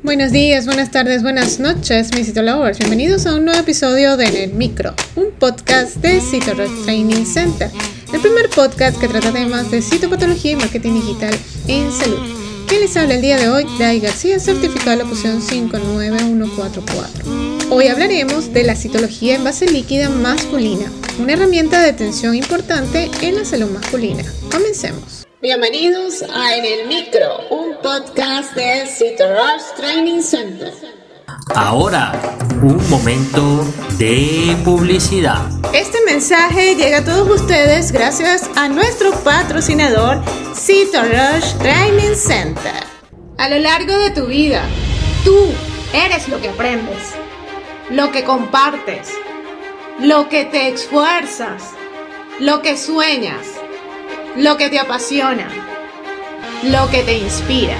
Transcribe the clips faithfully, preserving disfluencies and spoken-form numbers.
Buenos días, buenas tardes, buenas noches, mis CitoLovers. Bienvenidos a un nuevo episodio de En el Micro, un podcast de CitoRush Training Center, el primer podcast que trata temas de citopatología y marketing digital en salud. ¿Quién les habla el día de hoy? Dai García, certificado de locución cinco nueve uno cuatro cuatro. Hoy hablaremos de la citología en base líquida masculina, una herramienta de detención importante en la salud masculina. Comencemos. Bienvenidos a En el Micro, un podcast de CitoRush Training Center. Ahora, un momento de publicidad. Este mensaje llega a todos ustedes gracias a nuestro patrocinador CitoRush Training Center. A lo largo de tu vida, tú eres lo que aprendes, lo que compartes, lo que te esfuerzas, lo que sueñas, lo que te apasiona, lo que te inspira.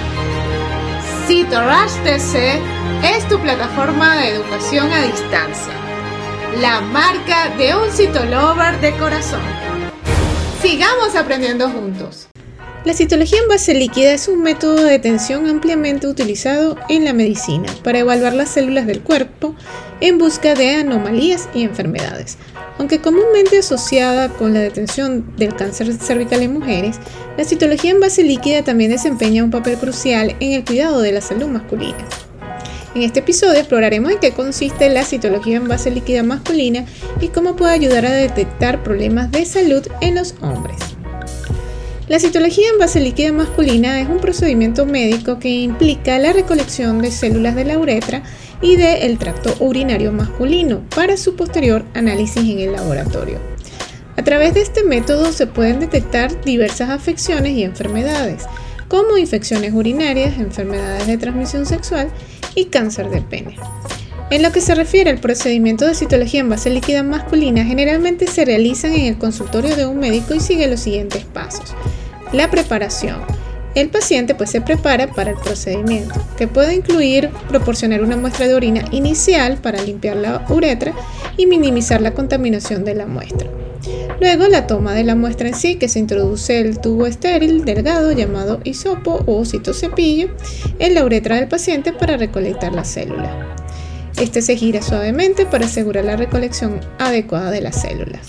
CitoRush T C es tu plataforma de educación a distancia, la marca de un CitoLover de corazón. Sigamos aprendiendo juntos. La citología en base líquida es un método de detención ampliamente utilizado en la medicina para evaluar las células del cuerpo en busca de anomalías y enfermedades. Aunque comúnmente asociada con la detención del cáncer cervical en mujeres, la citología en base líquida también desempeña un papel crucial en el cuidado de la salud masculina. En este episodio exploraremos en qué consiste la citología en base líquida masculina y cómo puede ayudar a detectar problemas de salud en los hombres. La citología en base líquida masculina es un procedimiento médico que implica la recolección de células de la uretra y del tracto urinario masculino para su posterior análisis en el laboratorio. A través de este método se pueden detectar diversas afecciones y enfermedades, como infecciones urinarias, enfermedades de transmisión sexual y cáncer de pene. En lo que se refiere al procedimiento de citología en base líquida masculina, generalmente se realizan en el consultorio de un médico y sigue los siguientes pasos. La preparación. El paciente pues se prepara para el procedimiento, que puede incluir proporcionar una muestra de orina inicial para limpiar la uretra y minimizar la contaminación de la muestra. Luego la toma de la muestra en sí, que se introduce el tubo estéril delgado llamado hisopo o citocepillo en la uretra del paciente para recolectar la célula. Este se gira suavemente para asegurar la recolección adecuada de las células.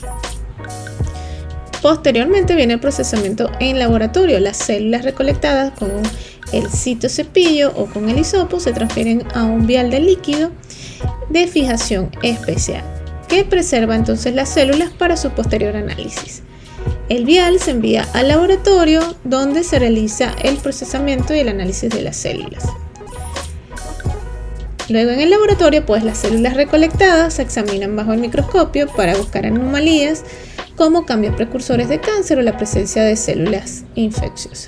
Posteriormente viene el procesamiento en laboratorio. Las células recolectadas con el citocepillo o con el hisopo se transfieren a un vial de líquido de fijación especial que preserva entonces las células para su posterior análisis. El vial se envía al laboratorio donde se realiza el procesamiento y el análisis de las células. Luego en el laboratorio, pues las células recolectadas se examinan bajo el microscopio para buscar anomalías como cambios precursores de cáncer o la presencia de células infecciosas.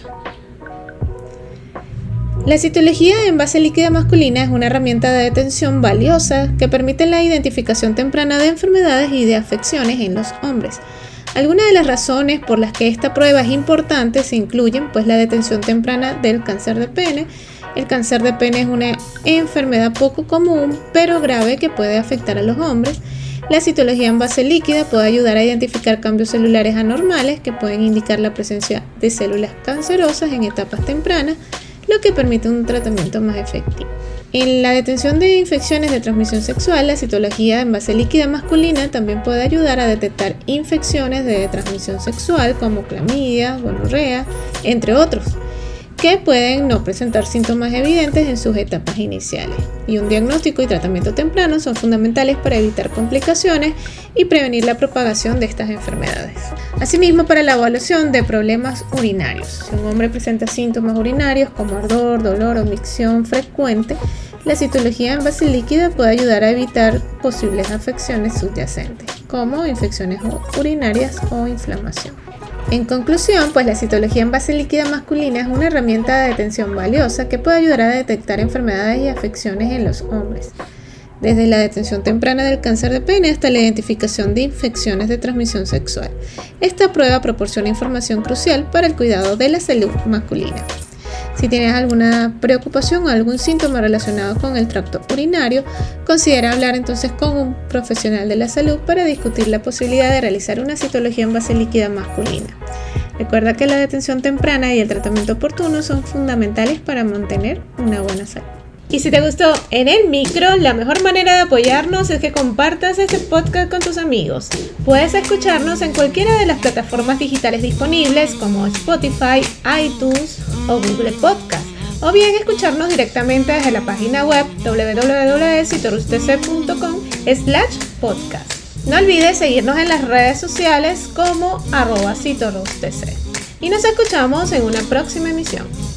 La citología en base líquida masculina es una herramienta de detención valiosa que permite la identificación temprana de enfermedades y de afecciones en los hombres. Algunas de las razones por las que esta prueba es importante se incluyen pues la detención temprana del cáncer de pene. El cáncer de pene es una enfermedad poco común pero grave que puede afectar a los hombres. La citología en base líquida puede ayudar a identificar cambios celulares anormales que pueden indicar la presencia de células cancerosas en etapas tempranas, lo que permite un tratamiento más efectivo. En la detención de infecciones de transmisión sexual, la citología en base líquida masculina también puede ayudar a detectar infecciones de transmisión sexual como clamidia, gonorrea, entre otros, que pueden no presentar síntomas evidentes en sus etapas iniciales. Y un diagnóstico y tratamiento temprano son fundamentales para evitar complicaciones y prevenir la propagación de estas enfermedades. Asimismo, para la evaluación de problemas urinarios. Si un hombre presenta síntomas urinarios como ardor, dolor o micción frecuente, la citología en base líquida puede ayudar a evitar posibles afecciones subyacentes, como infecciones urinarias o inflamación. En conclusión, pues la citología en base líquida masculina es una herramienta de detención valiosa que puede ayudar a detectar enfermedades y afecciones en los hombres, desde la detención temprana del cáncer de pene hasta la identificación de infecciones de transmisión sexual. Esta prueba proporciona información crucial para el cuidado de la salud masculina. Si tienes alguna preocupación o algún síntoma relacionado con el tracto urinario, considera hablar entonces con un profesional de la salud para discutir la posibilidad de realizar una citología en base líquida masculina. Recuerda que la detención temprana y el tratamiento oportuno son fundamentales para mantener una buena salud. Y si te gustó En el Micro, la mejor manera de apoyarnos es que compartas este podcast con tus amigos. Puedes escucharnos en cualquiera de las plataformas digitales disponibles como Spotify, iTunes o Google Podcast, o bien escucharnos directamente desde la página web doble u doble u doble u punto citorustc punto com slash podcast. No olvides seguirnos en las redes sociales como arroba citorustc. Y nos escuchamos en una próxima emisión.